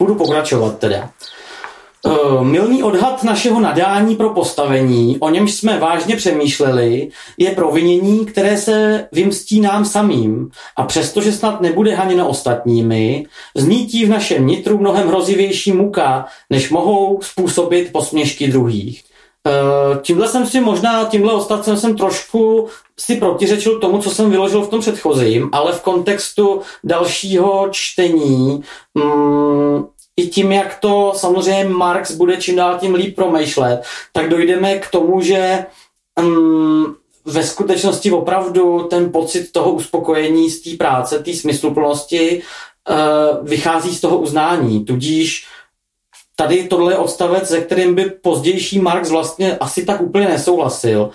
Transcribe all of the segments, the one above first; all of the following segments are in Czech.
budu pokračovat teda. Mylný odhad našeho nadání pro postavení, o němž jsme vážně přemýšleli, je provinění, které se vymstí nám samým a přestože snad nebude haněno ostatními, vznítí v našem nitru mnohem hrozivější muka, než mohou způsobit posměšky druhých. Tímhle odstavcem jsem trošku si protiřečil tomu, co jsem vyložil v tom předchozím, ale v kontextu dalšího čtení i tím, jak to samozřejmě Marx bude čím dál tím líp promýšlet, tak dojdeme k tomu, že ve skutečnosti opravdu ten pocit toho uspokojení z té práce, té smysluplnosti vychází z toho uznání. Tudíž tady tohle je odstavec, se kterým by pozdější Marx vlastně asi tak úplně nesouhlasil.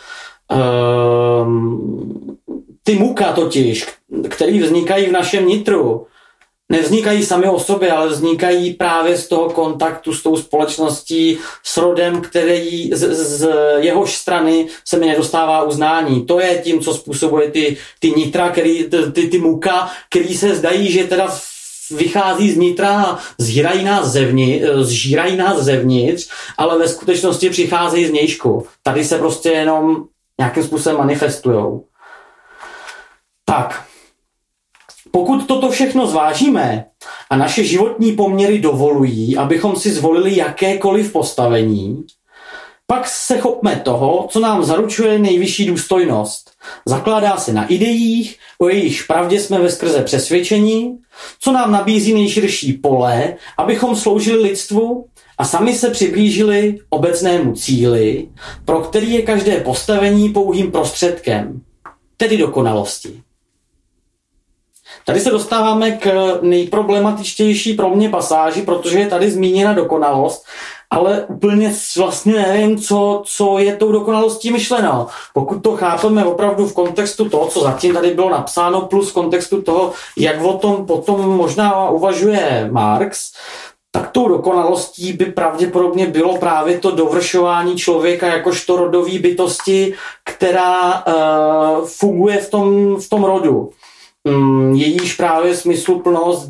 Ty muka totiž, které vznikají v našem nitru, nevznikají sami o sobě, ale vznikají právě z toho kontaktu s tou společností, s rodem, který z jehož strany se mi nedostává uznání. To je tím, co způsobuje ty nitra, ty muka, který se zdají, že teda vychází z nitra a zžírají nás zevnitř, ale ve skutečnosti přicházejí z vnějšku. Tady se prostě jenom nějakým způsobem manifestujou. Tak, pokud toto všechno zvážíme a naše životní poměry dovolují, abychom si zvolili jakékoliv postavení, pak se chopme toho, co nám zaručuje nejvyšší důstojnost. Zakládá se na ideích, o jejichž pravdě jsme veskrze přesvědčení, co nám nabízí nejširší pole, abychom sloužili lidstvu a sami se přiblížili obecnému cíli, pro který je každé postavení pouhým prostředkem, tedy dokonalosti. Tady se dostáváme k nejproblematičtější pro mě pasáži, protože je tady zmíněna dokonalost, ale úplně vlastně nevím, co je tou dokonalostí myšleno. Pokud to chápeme opravdu v kontextu toho, co zatím tady bylo napsáno, plus v kontextu toho, jak o tom potom možná uvažuje Marx, tak tou dokonalostí by pravděpodobně bylo právě to dovršování člověka jakožto rodové bytosti, která funguje v tom rodu. Jejíž právě smysluplnost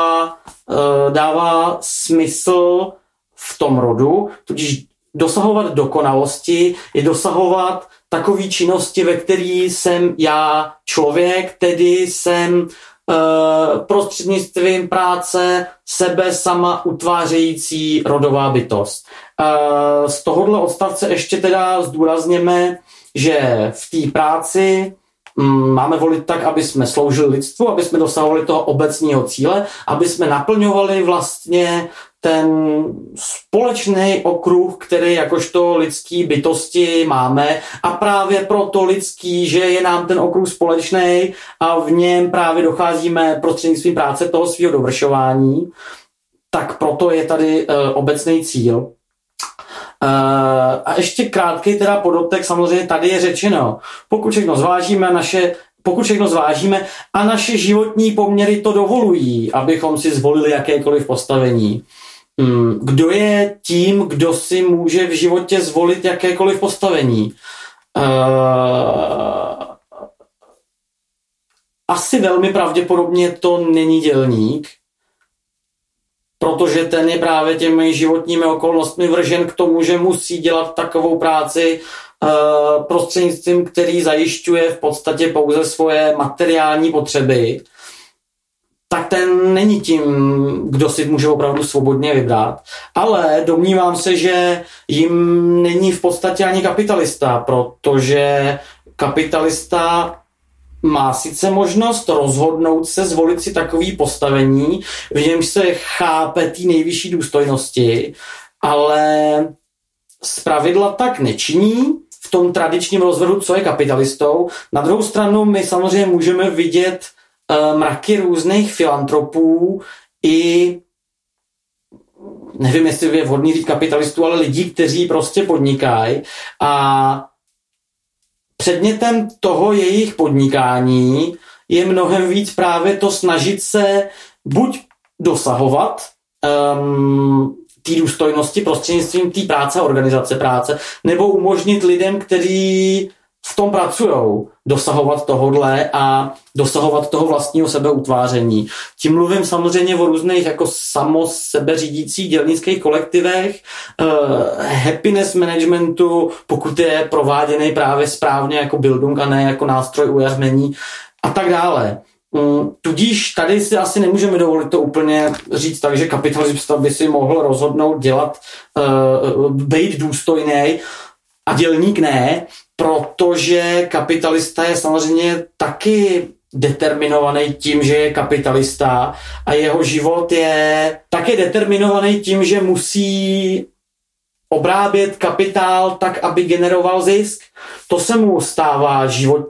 dává smysl v tom rodu, tudíž dosahovat dokonalosti je dosahovat takové činnosti, ve který jsem já člověk, tedy jsem prostřednictvím práce sebe sama utvářející rodová bytost. Z tohohle odstavce ještě teda zdůrazněme, že v té práci máme volit tak, aby jsme sloužili lidstvu, aby jsme dosahovali toho obecného cíle, aby jsme naplňovali vlastně ten společný okruh, který jakožto lidský bytosti máme a právě proto lidský, že je nám ten okruh společný a v něm právě docházíme prostřednictvím práce toho svého dovršování, tak proto je tady obecný cíl. A ještě krátký teda podotek, samozřejmě tady je řečeno, pokud všechno zvážíme a naše životní poměry to dovolují, abychom si zvolili jakékoliv postavení. Kdo je tím, kdo si může v životě zvolit jakékoliv postavení? Asi velmi pravděpodobně to není dělník, protože ten je právě těmi životními okolnostmi vržen k tomu, že musí dělat takovou práci prostřednictvím, který zajišťuje v podstatě pouze svoje materiální potřeby, tak ten není tím, kdo si může opravdu svobodně vybrat. Ale domnívám se, že jim není v podstatě ani kapitalista, protože kapitalista má sice možnost rozhodnout se, zvolit si takový postavení, v němž se chápe té nejvyšší důstojnosti, ale zpravidla tak nečiní v tom tradičním rozvrhu, co je kapitalistou. Na druhou stranu my samozřejmě můžeme vidět mraky různých filantropů i, nevím, jestli je vhodný říct kapitalistů, ale lidí, kteří prostě podnikají a předmětem toho jejich podnikání je mnohem víc právě to snažit se buď dosahovat té důstojnosti prostřednictvím té práce a organizace práce, nebo umožnit lidem, kteří v tom pracujou, dosahovat tohodle a dosahovat toho vlastního sebeutváření. Tím mluvím samozřejmě o různých jako sebeřídících dělnických kolektivech, happiness managementu, pokud je prováděný právě správně jako Bildung a ne jako nástroj ujařmení a tak dále. Tudíž tady si asi nemůžeme dovolit to úplně říct tak, že kapitalista by si mohl rozhodnout dělat, být důstojný a dělník ne, protože kapitalista je samozřejmě taky determinovaný tím, že je kapitalista a jeho život je taky determinovaný tím, že musí obrábět kapitál tak, aby generoval zisk. To se mu stává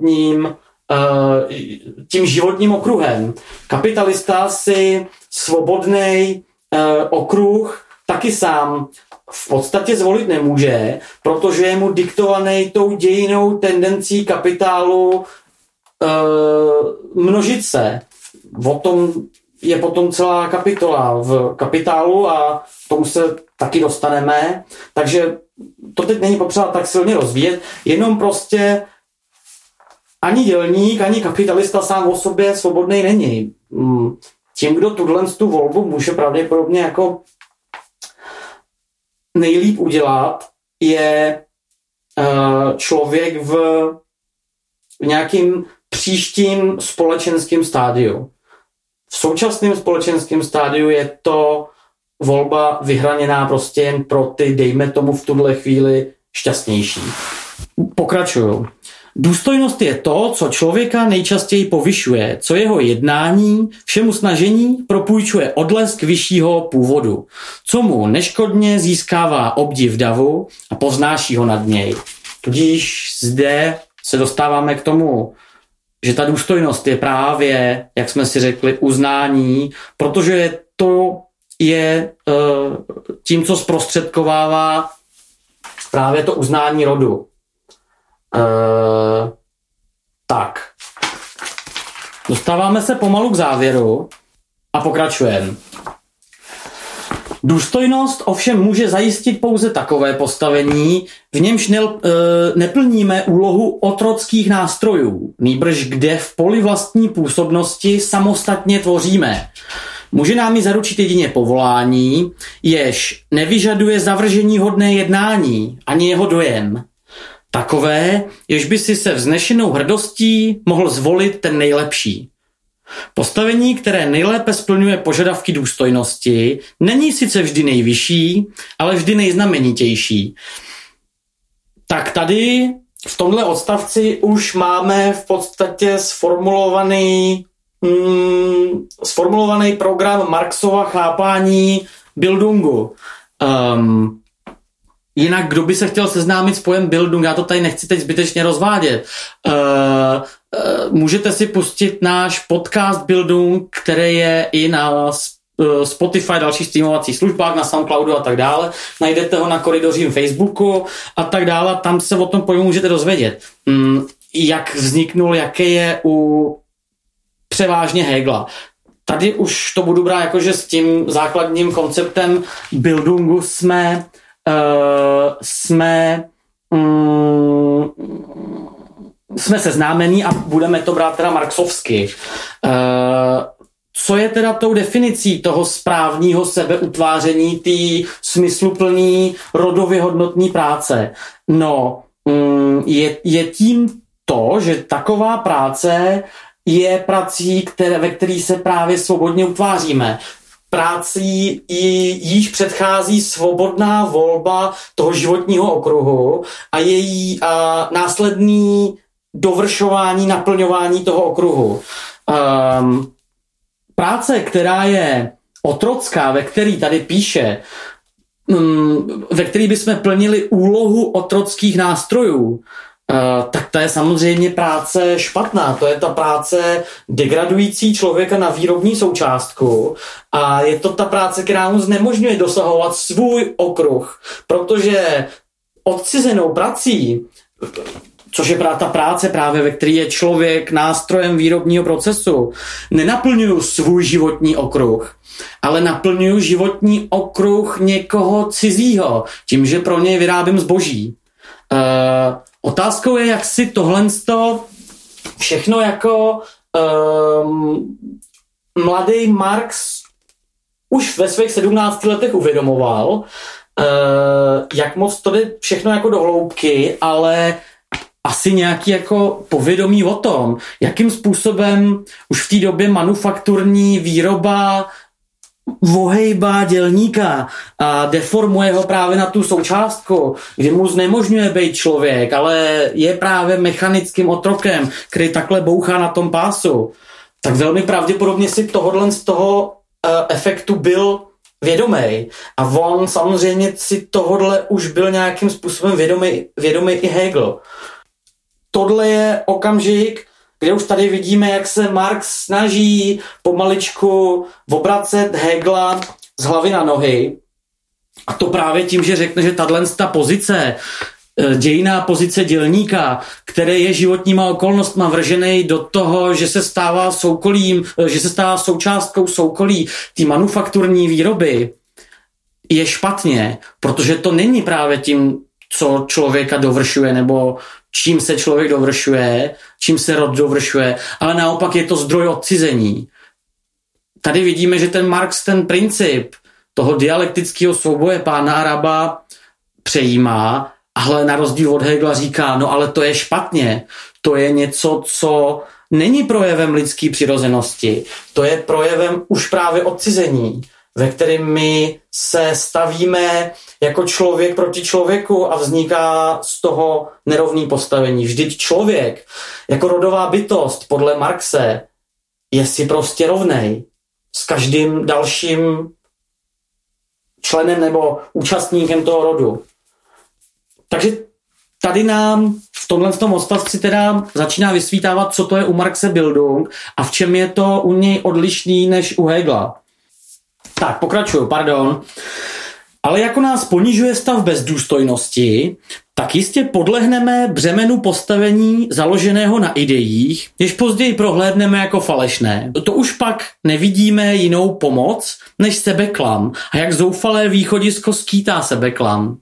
tím životním okruhem. Kapitalista si svobodný okruh taky sám v podstatě zvolit nemůže, protože je mu diktovaný tou dějinou tendencí kapitálu množit se. O tom je potom celá kapitola v Kapitálu a k tomu se taky dostaneme, takže to teď není potřeba tak silně rozvíjet, jenom prostě ani dělník, ani kapitalista sám o sobě svobodný není. Tím, kdo tu volbu může pravděpodobně jako nejlíp udělat, je člověk v nějakým příštím společenském stádiu. V současném společenském stádiu je to volba vyhraněná prostě jen pro ty, dejme tomu v tuhle chvíli, šťastnější. Pokračuju. Důstojnost je to, co člověka nejčastěji povyšuje, co jeho jednání, všemu snažení propůjčuje odlesk vyššího původu, co mu neškodně získává obdiv davu a povznáší ho nad něj. Tudíž zde se dostáváme k tomu, že ta důstojnost je právě, jak jsme si řekli, uznání, protože to je tím, co zprostředkovává právě to uznání rodu. Tak. Dostáváme se pomalu k závěru a pokračujeme. Důstojnost ovšem může zajistit pouze takové postavení, v němž neplníme úlohu otrockých nástrojů, nýbrž kde v poli vlastní působnosti samostatně tvoříme. Může nám ji zaručit jedině povolání, jež nevyžaduje zavržení hodné jednání, ani jeho dojem. Takové, jež by si se vznešenou hrdostí mohl zvolit ten nejlepší. Postavení, které nejlépe splňuje požadavky důstojnosti, není sice vždy nejvyšší, ale vždy nejznamenitější. Tak tady v tomhle odstavci už máme v podstatě sformulovaný program Marxova chápání Bildungu. Jinak, kdo by se chtěl seznámit s pojem Bildung, já to tady nechci teď zbytečně rozvádět. Můžete si pustit náš podcast Bildung, který je i na Spotify, dalších streamovacích službách, na Soundcloudu a tak dále. Najdete ho na Koridořím Facebooku a tak dále. Tam se o tom pojmu můžete dozvědět. Jak vzniknul, jaké je u převážně Hegela. Tady už to budu brát jako, že s tím základním konceptem Bildungu jsme seznámení a budeme to brát teda marxovsky. Co je teda tou definicí toho správního sebeutváření, té smysluplný rodově hodnotný práce? No, je tím to, že taková práce je prací, ve které se právě svobodně utváříme. Prací jíž předchází svobodná volba toho životního okruhu a její následný dovršování, naplňování toho okruhu. Práce, která je otrocká, ve který tady píše, ve který bychom plnili úlohu otrockých nástrojů, tak to je samozřejmě práce špatná. To je ta práce degradující člověka na výrobní součástku a je to ta práce, která mu znemožňuje dosahovat svůj okruh, protože odcizenou prací, což je ta práce právě, ve které je člověk nástrojem výrobního procesu, nenaplňuju svůj životní okruh, ale naplňuju životní okruh někoho cizího, tím, že pro něj vyrábím zboží. Otázkou je, jak si tohle všechno jako mladý Marx už ve svých 17 letech uvědomoval, jak moc to jde všechno jako do hloubky, ale asi nějaký jako povědomí o tom, jakým způsobem už v té době manufakturní výroba vohejbá dělníka a deformuje ho právě na tu součástku, kdy mu znemožňuje být člověk, ale je právě mechanickým otrokem, který takhle bouchá na tom pásu. Tak velmi pravděpodobně si tohodle z toho efektu byl vědomý. A on samozřejmě si tohodle už byl nějakým způsobem vědomý i Hegel. Tohle je okamžik, kde už tady vidíme, jak se Marx snaží pomaličku obracet Hegela z hlavy na nohy. A to právě tím, že řekne, že tato pozice, dějinná pozice dělníka, který je životníma okolnostma vržený do toho, že se stává součástkou soukolí té manufakturní výroby, je špatně, protože to není právě tím, co člověka dovršuje, nebo čím se člověk dovršuje, čím se rod dovršuje, ale naopak je to zdroj odcizení. Tady vidíme, že ten Marx ten princip toho dialektického souboje pána Araba přejímá, ale na rozdíl od Hegela říká, no ale to je špatně, to je něco, co není projevem lidské přirozenosti, to je projevem už právě odcizení, ve kterém my se stavíme jako člověk proti člověku a vzniká z toho nerovný postavení. Vždyť člověk jako rodová bytost podle Marxe je si prostě rovnej s každým dalším členem nebo účastníkem toho rodu. Takže tady nám v tomhle odstavci teda začíná vysvítávat, co to je u Marxe Bildung a v čem je to u něj odlišný než u Hegela. Tak, pokračuju, pardon. Ale jako nás ponižuje stav bezdůstojnosti, tak jistě podlehneme břemenu postavení založeného na ideích, jež později prohlédneme jako falešné. To už pak nevidíme jinou pomoc než sebeklam a jak zoufalé východisko skýtá sebeklam.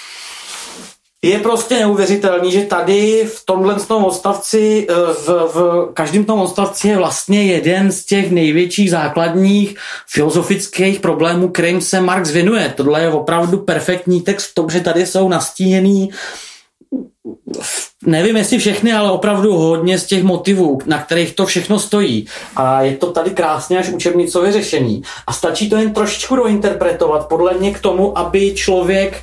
Je prostě neuvěřitelný, že tady v tomhle odstavci, v každém tom odstavci je vlastně jeden z těch největších základních filozofických problémů, kterým se Marx věnuje. Tohle je opravdu perfektní text v tom, že tady jsou nastíněný, nevím jestli všechny, ale opravdu hodně z těch motivů, na kterých to všechno stojí. A je to tady krásně až učebnicově řešený. A stačí to jen trošičku dointerpretovat podle mě k tomu, aby člověk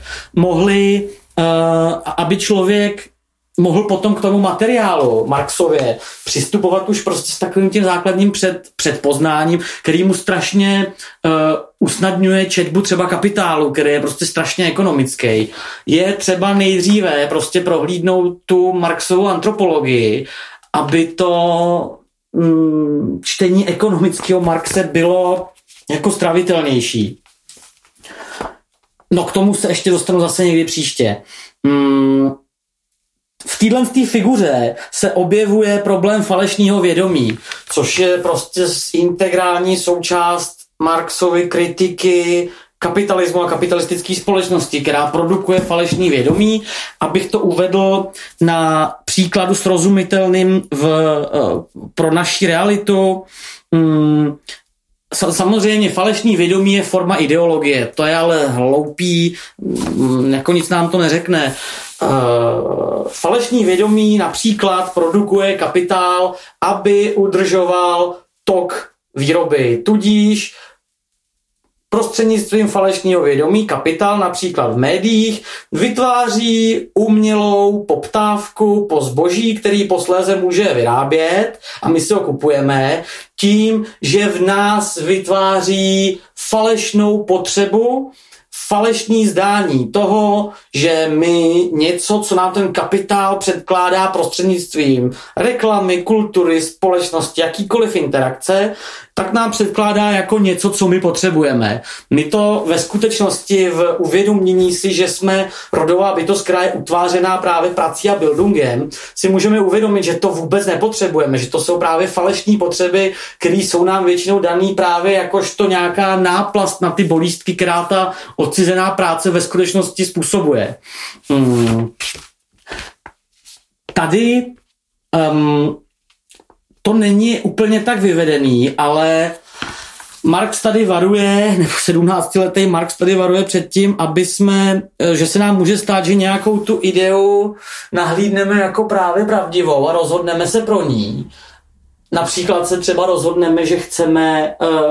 mohl potom k tomu materiálu Marxově přistupovat už prostě s takovým tím základním předpoznáním, který mu strašně usnadňuje četbu třeba Kapitálu, který je prostě strašně ekonomický. Je třeba nejdříve prostě prohlídnout tu Marxovu antropologii, aby to čtení ekonomického Marxe bylo jako stravitelnější. No k tomu se ještě dostanu zase někdy příště. V této figuře se objevuje problém falešného vědomí, což je prostě integrální součást Marxovy kritiky kapitalismu a kapitalistické společnosti, která produkuje falešný vědomí. Abych to uvedl na příkladu srozumitelným pro naši realitu. Samozřejmě falešný vědomí je forma ideologie, to je ale hloupý, jako nic nám to neřekne. Falešný vědomí například produkuje kapitál, aby udržoval tok výroby, tudíž prostřednictvím falešného vědomí kapitál například v médiích vytváří umělou poptávku po zboží, který posléze může vyrábět a my si ho kupujeme tím, že v nás vytváří falešnou potřebu, falešný zdání toho, že my něco, co nám ten kapitál předkládá prostřednictvím reklamy, kultury, společnosti, jakýkoliv interakce, tak nám předkládá jako něco, co my potřebujeme. My to ve skutečnosti v uvědomění si, že jsme rodová bytost, která je utvářená právě prací a Bildungem, si můžeme uvědomit, že to vůbec nepotřebujeme, že to jsou právě falešní potřeby, které jsou nám většinou daný právě jakožto nějaká náplast na ty bolístky, která ta odcizená práce ve skutečnosti způsobuje. tady to není úplně tak vyvedený, ale Marx tady varuje, nebo 17letý Marx tady varuje před tím, že se nám může stát, že nějakou tu ideu nahlídneme jako právě pravdivou a rozhodneme se pro ní. Například se třeba rozhodneme, že chceme,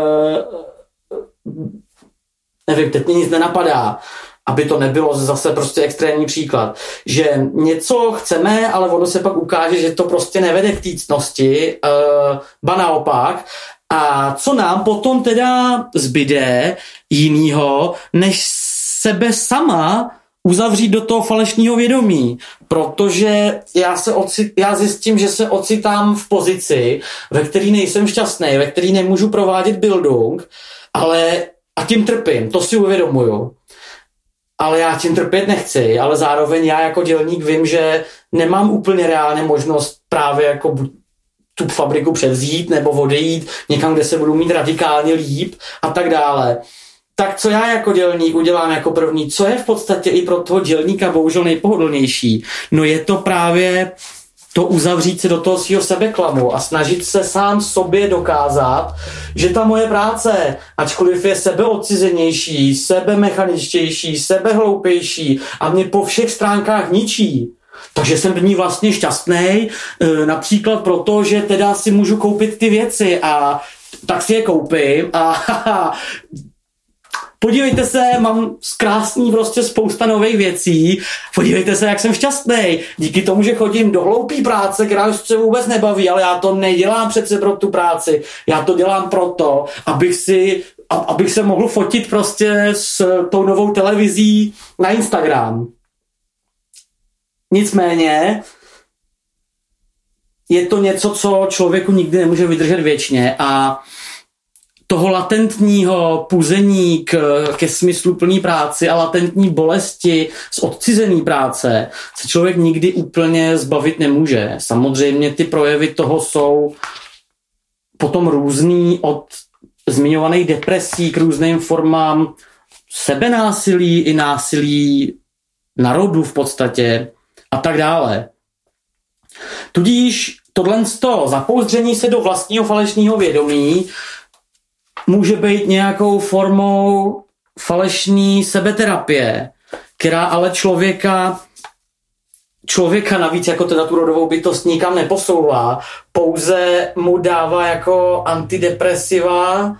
nevím, teď mě nic nenapadá, aby to nebylo zase prostě extrémní příklad, že něco chceme, ale ono se pak ukáže, že to prostě nevede k té ctnosti, ba naopak. A co nám potom teda zbyde jinýho, než sebe sama uzavřít do toho falešného vědomí, protože já zjistím, že se ocitám v pozici, ve který nejsem šťastný, ve který nemůžu provádět Bildung, a tím trpím, to si uvědomuju. Ale já tím trpět nechci, ale zároveň já jako dělník vím, že nemám úplně reálně možnost právě jako tu fabriku převzít nebo odejít někam, kde se budu mít radikálně líp a tak dále. Tak co já jako dělník udělám jako první? Co je v podstatě i pro toho dělníka bohužel nejpohodlnější? No je to právě to uzavřít se do toho svého sebeklamu a snažit se sám sobě dokázat, že ta moje práce, ačkoliv je sebeodcizenější, sebemechaničtější, sebehloupější a mě po všech stránkách ničí, takže jsem v ní vlastně šťastnej, například proto, že teda si můžu koupit ty věci a tak si je koupím a podívejte se, mám krásný prostě spousta nových věcí, podívejte se, jak jsem šťastnej, díky tomu, že chodím do hloupý práce, která už se vůbec nebaví, ale já to nedělám přece pro tu práci, já to dělám proto, abych se mohl fotit prostě s tou novou televizí na Instagram. Nicméně je to něco, co člověku nikdy nemůže vydržet věčně a toho latentního puzení ke smysluplný práci a latentní bolesti z odcizený práce se člověk nikdy úplně zbavit nemůže. Samozřejmě ty projevy toho jsou potom různý od zmiňovaných depresí k různým formám sebenásilí i násilí narodu v podstatě a tak dále. Tudíž tohleto zapouzdření se do vlastního falešného vědomí může být nějakou formou falešní sebeterapie, která ale člověka navíc jako teda tu rodovou bytost nikam neposouvá, pouze mu dává jako antidepresiva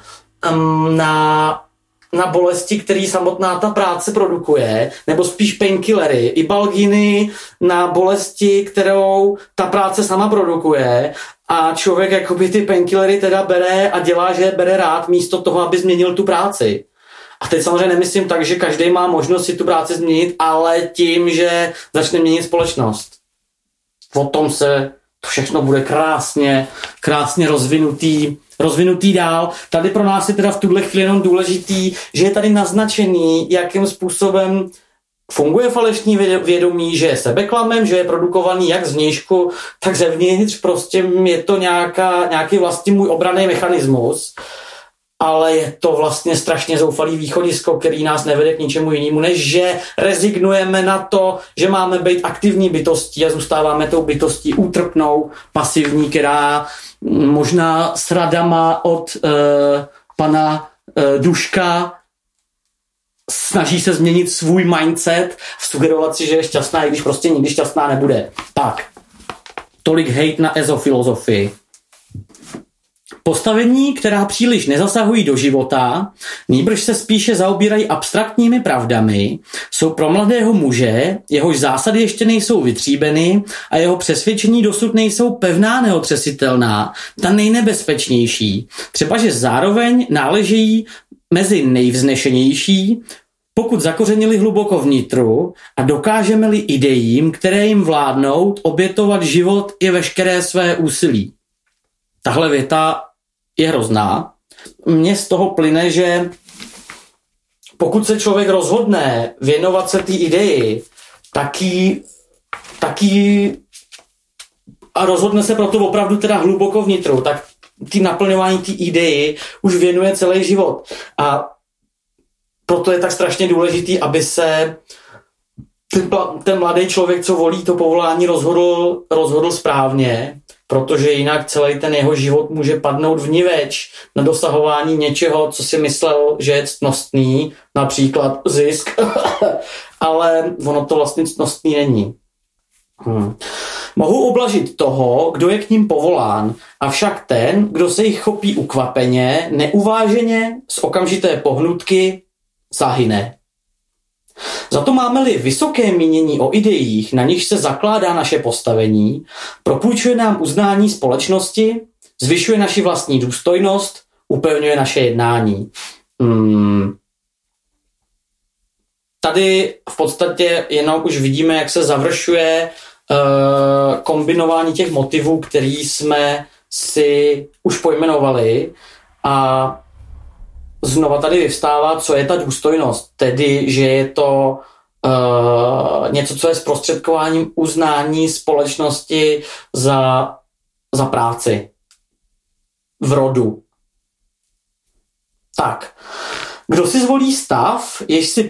na bolesti, který samotná ta práce produkuje, nebo spíš painkillery, ibalginy na bolesti, kterou ta práce sama produkuje a člověk jakoby ty painkillery teda bere a dělá, že je bere rád místo toho, aby změnil tu práci. A teď samozřejmě nemyslím tak, že každý má možnost si tu práci změnit, ale tím, že začne měnit společnost. O tom se to všechno bude krásně rozvinutý dál. Tady pro nás je teda v tuhle chvíli jenom důležitý, že je tady naznačený, jakým způsobem funguje falešní vědomí, že je sebeklamem, že je produkovaný jak zvnějšku, tak zevnitř. Prostě je to nějaký vlastně můj obranný mechanismus, ale je to vlastně strašně zoufalý východisko, který nás nevede k ničemu jinému, než že rezignujeme na to, že máme být aktivní bytostí a zůstáváme tou bytostí útrpnou, pasivní, která možná s radama od pana Duška snaží se změnit svůj mindset, sugerovat si, že je šťastná, i když prostě nikdy šťastná nebude. Tak, tolik hejt na ezofilozofii. Postavení, která příliš nezasahují do života, nýbrž se spíše zaobírají abstraktními pravdami, jsou pro mladého muže, jehož zásady ještě nejsou vytříbeny a jeho přesvědčení dosud nejsou pevná neotřesitelná, ta nejnebezpečnější, třeba že zároveň náležejí mezi nejvznešenější, pokud zakořenili hluboko vnitru a dokážeme-li idejím, které jim vládnout, obětovat život i veškeré své úsilí. Tahle věta je hrozná. Mně z toho plyne, že pokud se člověk rozhodne věnovat se té ideji, taky a rozhodne se pro to opravdu teda hluboko vnitru, tak ty naplňování té ideji už věnuje celý život. A proto je tak strašně důležitý, aby se ten mladý člověk, co volí to povolání, rozhodl správně, protože jinak celý ten jeho život může padnout vniveč na dosahování něčeho, co si myslel, že je ctnostný, například zisk, ale ono to vlastně ctnostný není. Mohu oblažit toho, kdo je k ním povolán, avšak ten, kdo se jich chopí ukvapeně, neuváženě, z okamžité pohnutky, zahyne. Za to máme-li vysoké mínění o ideích, na nichž se zakládá naše postavení, propůjčuje nám uznání společnosti, zvyšuje naši vlastní důstojnost, upevňuje naše jednání. Tady v podstatě jenom už vidíme, jak se završuje kombinování těch motivů, který jsme si už pojmenovali, a znova tady vyvstává, co je ta důstojnost, tedy, že je to něco, co je zprostředkováním uznání společnosti za práci v rodu. Tak, kdo si zvolí stav, jež si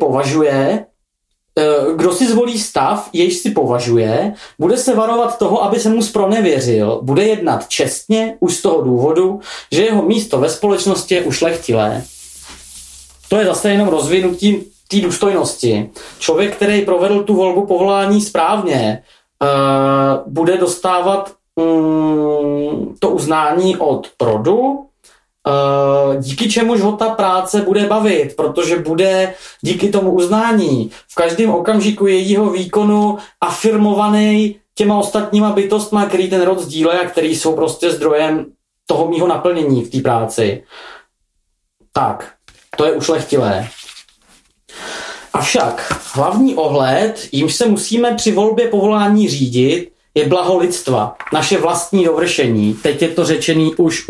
považuje, bude se varovat toho, aby se mu zpronevěřil, bude jednat čestně už z toho důvodu, že jeho místo ve společnosti je ušlechtilé. To je zase jenom rozvinutí té důstojnosti. Člověk, který provedl tu volbu povolání správně, bude dostávat to uznání od rodu, díky čemuž ho ta práce bude bavit, protože bude díky tomu uznání v každém okamžiku jejího výkonu afirmovaný těma ostatníma bytostma, který ten rod sdíle a který jsou prostě zdrojem toho mýho naplnění v té práci. Tak, to je ušlechtilé. Avšak hlavní ohled, jímž se musíme při volbě povolání řídit, je blaho lidstva, naše vlastní dovršení. Teď je to řečený už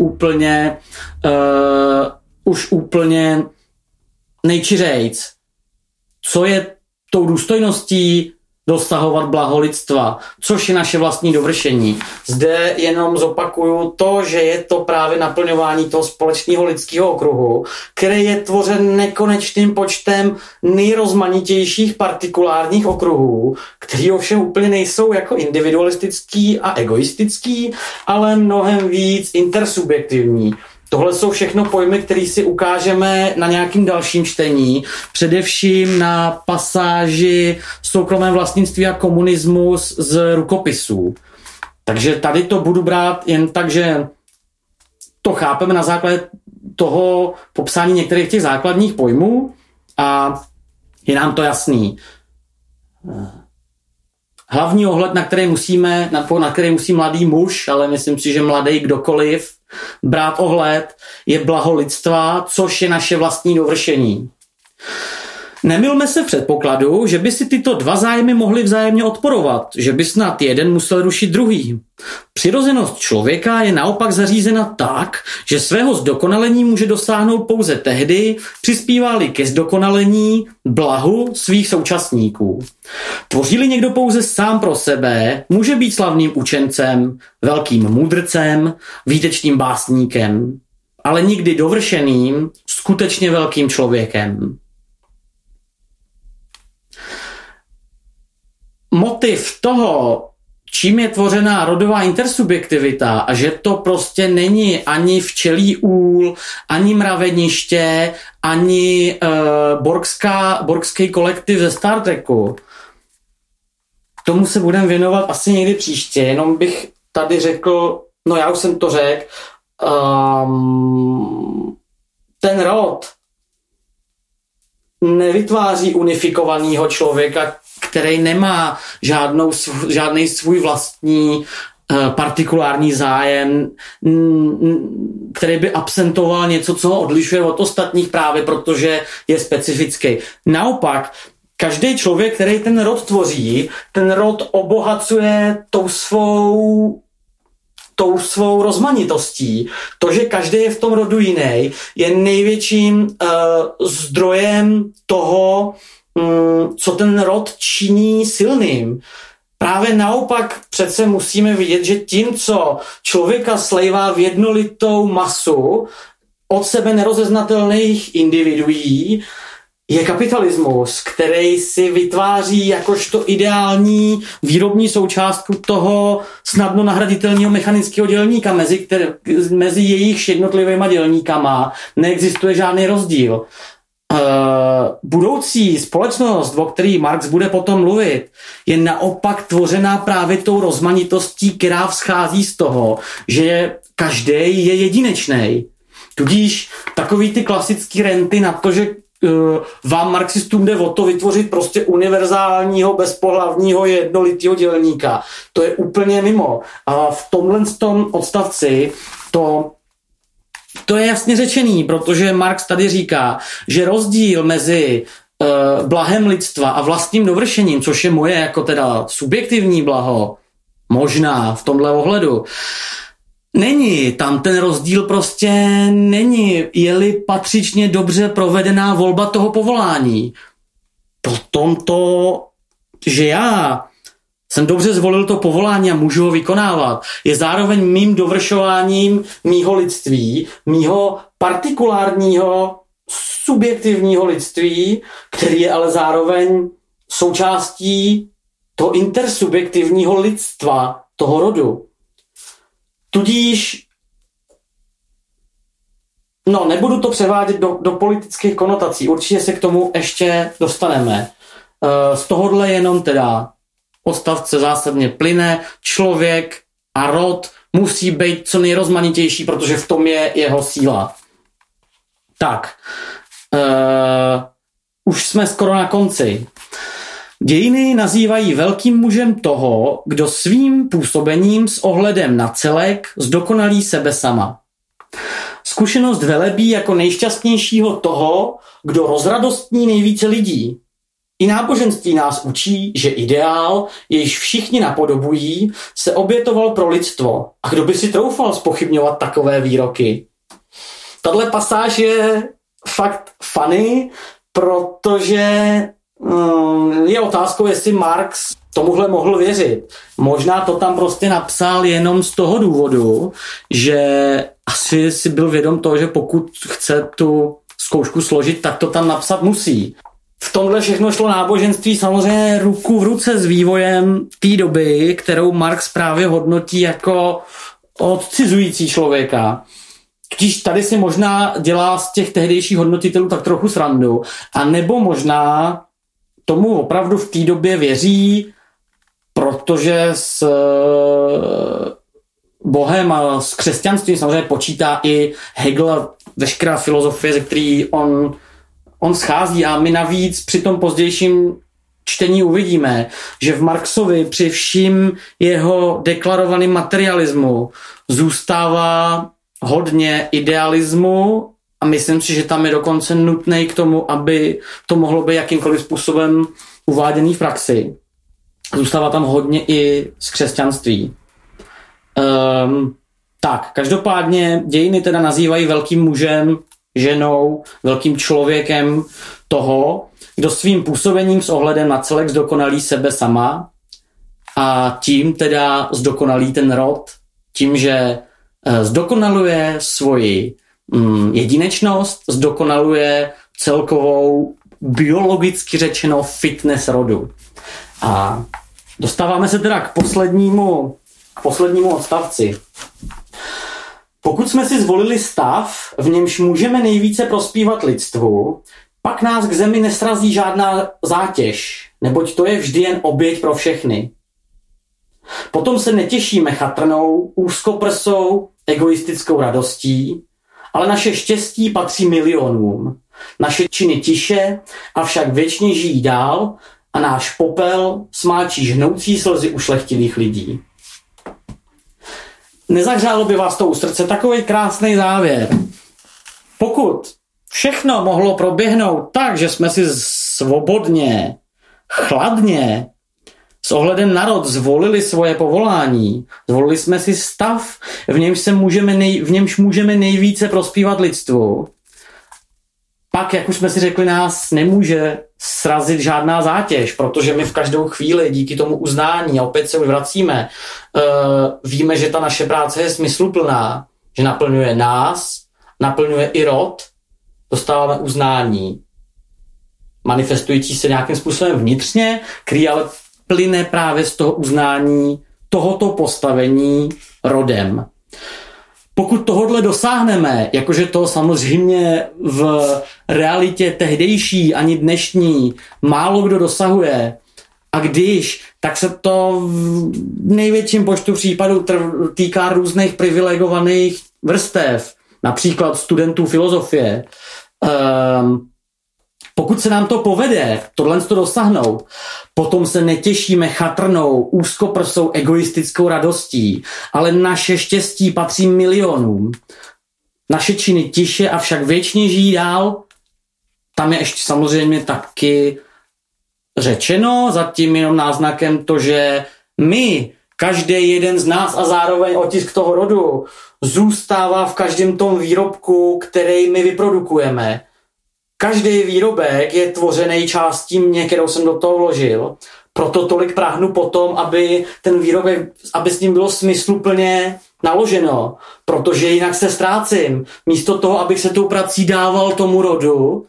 úplně nejčiřejc. Co je tou důstojností dosahovat blaho lidstva, což je naše vlastní dovršení. Zde jenom zopakuju to, že je to právě naplňování toho společného lidského okruhu, který je tvořen nekonečným počtem nejrozmanitějších partikulárních okruhů, který ovšem úplně nejsou jako individualistický a egoistický, ale mnohem víc intersubjektivní. Tohle jsou všechno pojmy, které si ukážeme na nějakým dalším čtení, především na pasáži soukromé vlastnictví a komunismus z rukopisů. Takže tady to budu brát jen tak, že to chápeme na základě toho popsání některých těch základních pojmů a je nám to jasný. Hlavní ohled, na který musí mladý muž, ale myslím si, že mladý kdokoliv, brát ohled, je blaho lidstva, což je naše vlastní dovršení. Nemylme se v předpokladu, že by si tyto dva zájmy mohly vzájemně odporovat, že by snad jeden musel rušit druhý. Přirozenost člověka je naopak zařízena tak, že svého zdokonalení může dosáhnout pouze tehdy, přispívá-li ke zdokonalení blahu svých současníků. Tvoří-li někdo pouze sám pro sebe, může být slavným učencem, velkým mudrcem, výtečným básníkem, ale nikdy dovršeným, skutečně velkým člověkem. Motiv toho, čím je tvořená rodová intersubjektivita a že to prostě není ani včelí úl, ani mraveniště, ani borgský kolektiv ze Star Treku. Tomu se budeme věnovat asi někdy příště, jenom bych tady řekl, no já už jsem to řekl, ten rod nevytváří unifikovaného člověka, který nemá žádný svůj vlastní partikulární zájem, který by absentoval něco, co ho odlišuje od ostatních právě, protože je specifický. Naopak, každý člověk, který ten rod tvoří, ten rod obohacuje tou svou rozmanitostí. To, že každý je v tom rodu jiný, je největším zdrojem toho, co ten rod činí silným. Právě naopak přece musíme vidět, že tím, co člověka slejvá v jednolitou masu od sebe nerozeznatelných individuí, je kapitalismus, který si vytváří jakožto ideální výrobní součástku toho snadno nahraditelného mechanického dělníka, mezi jejich jednotlivýma dělníkama neexistuje žádný rozdíl. Budoucí společnost, o který Marx bude potom mluvit, je naopak tvořená právě tou rozmanitostí, která vzchází z toho, že každý je jedinečný. Tudíž takový ty klasický renty na to, že vám marxistům jde o to vytvořit prostě univerzálního, bezpohlavního, jednolitého dělníka. To je úplně mimo. A v tomhle odstavci to je jasně řečený, protože Marx tady říká, že rozdíl mezi blahem lidstva a vlastním dovršením, což je moje jako teda subjektivní blaho, možná v tomhle ohledu, není, tam ten rozdíl prostě není, je-li patřičně dobře provedená volba toho povolání. Potom to, že já jsem dobře zvolil to povolání a můžu ho vykonávat, je zároveň mým dovršováním mýho lidství, mýho partikulárního subjektivního lidství, který je ale zároveň součástí toho intersubjektivního lidstva, toho rodu. Tudíž, nebudu to převádět do politických konotací, určitě se k tomu ještě dostaneme. Z tohohle jenom teda odstavce zásadně plyne, člověk a rod musí být co nejrozmanitější, protože v tom je jeho síla. Tak, už jsme skoro na konci. Dějiny nazývají velkým mužem toho, kdo svým působením s ohledem na celek zdokonalí sebe sama. Zkušenost velebí jako nejšťastnějšího toho, kdo rozradostní nejvíce lidí. I náboženství nás učí, že ideál, jejž všichni napodobují, se obětoval pro lidstvo. A kdo by si troufal zpochybňovat takové výroky? Tahle pasáž je fakt funny, protože je otázkou, jestli Marx tomuhle mohl věřit. Možná to tam prostě napsal jenom z toho důvodu, že asi si byl vědom toho, že pokud chce tu zkoušku složit, tak to tam napsat musí. V tomhle všechno šlo náboženství samozřejmě ruku v ruce s vývojem té doby, kterou Marx právě hodnotí jako odcizující člověka. Když tady si možná dělá z těch tehdejších hodnotitelů tak trochu srandu, a nebo možná tomu opravdu v té době věří, protože s Bohem a s křesťanstvím samozřejmě počítá i Hegel a veškerá filozofie, ze který on schází, a my navíc při tom pozdějším čtení uvidíme, že v Marxovi při vším jeho deklarovaném materialismu zůstává hodně idealismu a myslím si, že tam je dokonce nutný k tomu, aby to mohlo být jakýmkoliv způsobem uváděný v praxi. Zůstává tam hodně i z křesťanství. Tak, každopádně dějiny teda nazývají velkým mužem, ženou, velkým člověkem toho, kdo svým působením s ohledem na celek zdokonalí sebe sama a tím teda zdokonalí ten rod, tím, že zdokonaluje svoji jedinečnost, zdokonaluje celkovou biologicky řečeno fitness rodu. A dostáváme se teda k poslednímu odstavci. Pokud jsme si zvolili stav, v němž můžeme nejvíce prospívat lidstvu, pak nás k zemi nesrazí žádná zátěž, neboť to je vždy jen oběť pro všechny. Potom se netěšíme chatrnou, úzkoprsou, egoistickou radostí, ale naše štěstí patří milionům. Naše činy tiše, avšak věčně žijí dál a náš popel smáčí žhnoucí slzy ušlechtilých lidí. Nezahřálo by vás to u srdce takový krásný závěr. Pokud všechno mohlo proběhnout tak, že jsme si svobodně, chladně, s ohledem na rod zvolili svoje povolání, zvolili jsme si stav, v němž můžeme nejvíce prospívat lidstvu, pak, jak už jsme si řekli, nás nemůže srazit žádná zátěž, protože my v každou chvíli díky tomu uznání, a opět se už vracíme, víme, že ta naše práce je smysluplná, že naplňuje nás, naplňuje i rod, dostáváme uznání. manifestující se nějakým způsobem vnitřně, který ale plyne právě z toho uznání tohoto postavení rodem. Pokud tohodle dosáhneme, jakože to samozřejmě v realitě tehdejší ani dnešní málo kdo dosahuje, a když, tak se to v největším počtu případů týká různých privilegovaných vrstev, například studentů filozofie. Pokud se nám to povede, tohle to dosáhnout, potom se netěšíme chatrnou, úzkoprsou, egoistickou radostí, ale naše štěstí patří milionům. Naše činy tiše, avšak věčně žijí dál. Tam je ještě samozřejmě taky řečeno, zatím jenom náznakem to, že my, každý jeden z nás a zároveň otisk toho rodu, zůstává v každém tom výrobku, který my vyprodukujeme. Každý výrobek je tvořený částí mě, kterou jsem do toho vložil. Proto tolik práhnu potom, aby ten výrobek, aby s ním bylo smysluplně naloženo. Protože jinak se ztrácím. Místo toho, abych se tou prací dával tomu rodu,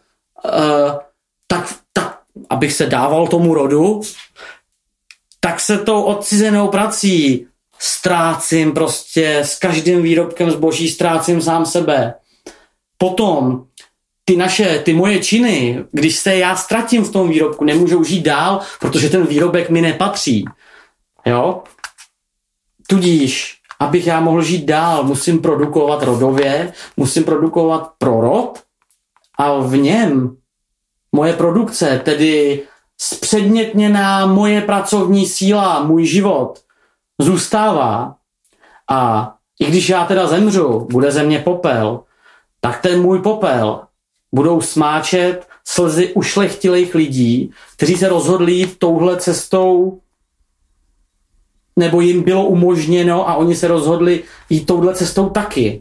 abych se dával tomu rodu, tak se tou odcizenou prací ztrácím prostě s každým výrobkem zboží, ztrácím sám sebe. Potom ty moje činy, když se já ztratím v tom výrobku, nemůžou žít dál, protože ten výrobek mi nepatří. Jo? Tudíž, abych já mohl žít dál, musím produkovat rodově, musím produkovat pro rod a v něm moje produkce, tedy zpředmětněná moje pracovní síla, můj život, zůstává. A i když já teda zemřu, bude ze mě popel, tak ten můj popel budou smáčet slzy ušlechtilých lidí, kteří se rozhodli jít touhle cestou, nebo jim bylo umožněno a oni se rozhodli jít touhle cestou taky.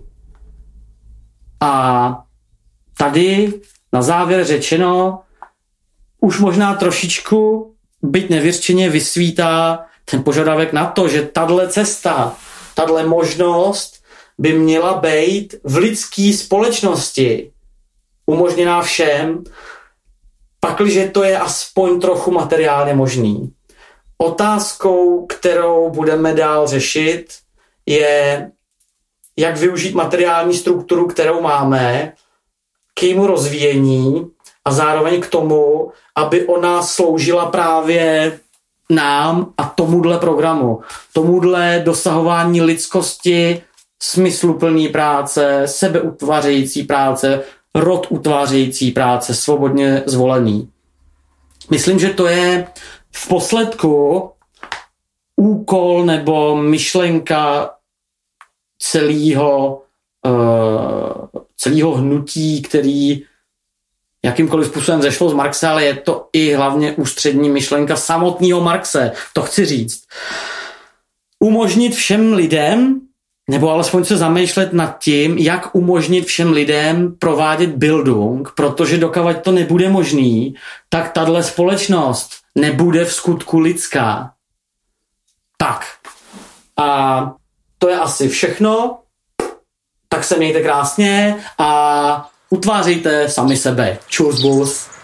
A tady na závěr řečeno, už možná trošičku, byť nevěřčeně, vysvítá ten požadavek na to, že tahle cesta, tahle možnost by měla být v lidské společnosti umožněná všem, pakliže to je aspoň trochu materiálně možný. Otázkou, kterou budeme dál řešit, je, jak využít materiální strukturu, kterou máme, k jejímu rozvíjení a zároveň k tomu, aby ona sloužila právě nám a tomuhle programu, tomuhle dosahování lidskosti, smysluplný práce, sebeutvářející práce, rod utvářející práce, svobodně zvolený. Myslím, že to je v posledku úkol nebo myšlenka celého hnutí, který jakýmkoliv způsobem zešlo z Marxe, ale je to i hlavně ústřední myšlenka samotného Marxe, to chci říct. Umožnit všem lidem, nebo alespoň se zamýšlet nad tím, jak umožnit všem lidem provádět Bildung, protože dokud to nebude možný, tak tahle společnost nebude v skutku lidská. Tak. A to je asi všechno. Tak se mějte krásně a utvářejte sami sebe. Čus, bus.